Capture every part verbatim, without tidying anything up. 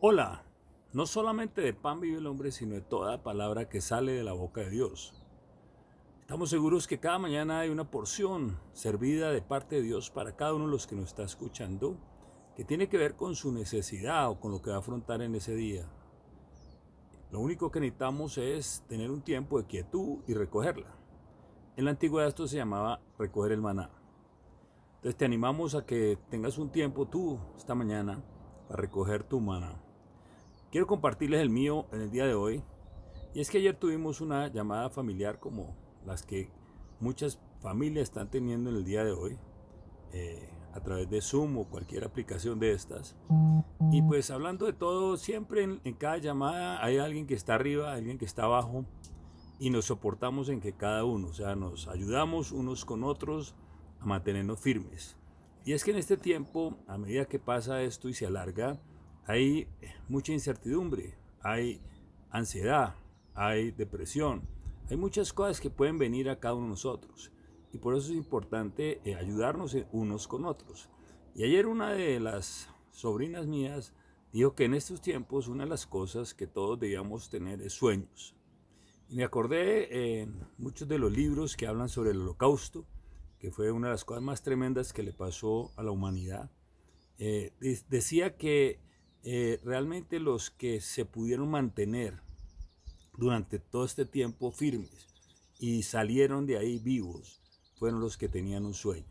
Hola, no solamente de pan vive el hombre, sino de toda palabra que sale de la boca de Dios. Estamos seguros que cada mañana hay una porción servida de parte de Dios para cada uno de los que nos está escuchando, que tiene que ver con su necesidad o con lo que va a afrontar en ese día. Lo único que necesitamos es tener un tiempo de quietud y recogerla. En la antigüedad esto se llamaba recoger el maná. Entonces te animamos a que tengas un tiempo tú esta mañana para recoger tu maná. Quiero compartirles el mío en el día de hoy. Y es que ayer tuvimos una llamada familiar como las que muchas familias están teniendo en el día de hoy, eh, a través de Zoom o cualquier aplicación de estas. Y pues hablando de todo, siempre en, en cada llamada hay alguien que está arriba, alguien que está abajo, y nos soportamos en que cada uno, o sea, nos ayudamos unos con otros a mantenernos firmes. Y es que en este tiempo, a medida que pasa esto y se alarga, hay mucha incertidumbre, hay ansiedad, hay depresión, hay muchas cosas que pueden venir a cada uno de nosotros. Y por eso es importante eh, ayudarnos unos con otros. Y ayer una de las sobrinas mías dijo que en estos tiempos una de las cosas que todos debíamos tener es sueños. Y me acordé en muchos de los libros que hablan sobre el holocausto, que fue una de las cosas más tremendas que le pasó a la humanidad. Eh, decía que eh, realmente los que se pudieron mantener durante todo este tiempo firmes y salieron de ahí vivos fueron los que tenían un sueño.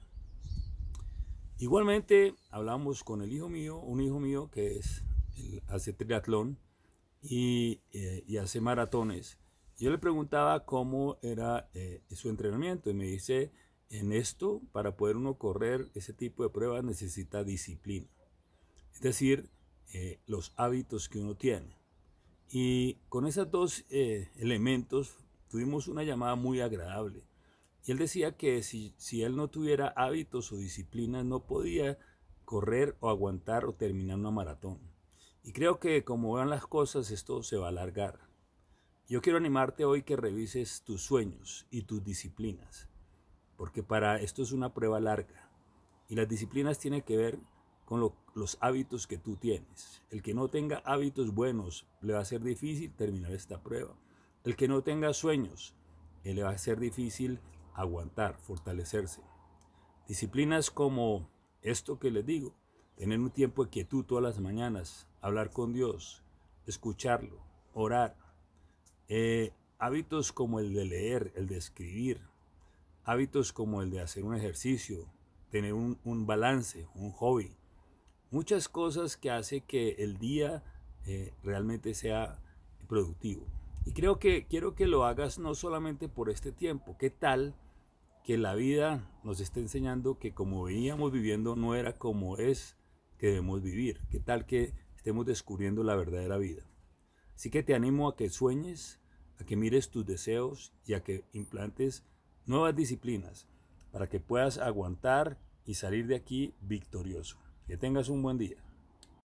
Igualmente hablamos con el hijo mío, un hijo mío que es, él hace triatlón y, eh, y hace maratones. Yo le preguntaba cómo era eh, su entrenamiento y me dice, en esto, para poder uno correr ese tipo de pruebas necesita disciplina. Es decir, eh, los hábitos que uno tiene. Y con esos dos eh, elementos tuvimos una llamada muy agradable. Y él decía que si, si él no tuviera hábitos o disciplinas no podía correr o aguantar o terminar una maratón. Y creo que como van las cosas esto se va a alargar. Yo quiero animarte hoy que revises tus sueños y tus disciplinas, porque para esto es una prueba larga. Y las disciplinas tienen que ver con lo, los hábitos que tú tienes. El que no tenga hábitos buenos le va a ser difícil terminar esta prueba. El que no tenga sueños eh, le va a ser difícil aguantar, fortalecerse. Disciplinas como esto que les digo, tener un tiempo de quietud todas las mañanas, hablar con Dios, escucharlo, orar. Eh, hábitos como el de leer, el de escribir, hábitos como el de hacer un ejercicio, tener un, un balance, un hobby. Muchas cosas que hace que el día eh, realmente sea productivo. Y creo que quiero que lo hagas no solamente por este tiempo. ¿Qué tal que la vida nos está enseñando que como veníamos viviendo no era como es que debemos vivir? ¿Qué tal que estemos descubriendo la verdadera vida? Así que te animo a que sueñes, a que mires tus deseos y a que implantes nuevas disciplinas para que puedas aguantar y salir de aquí victorioso. Que tengas un buen día.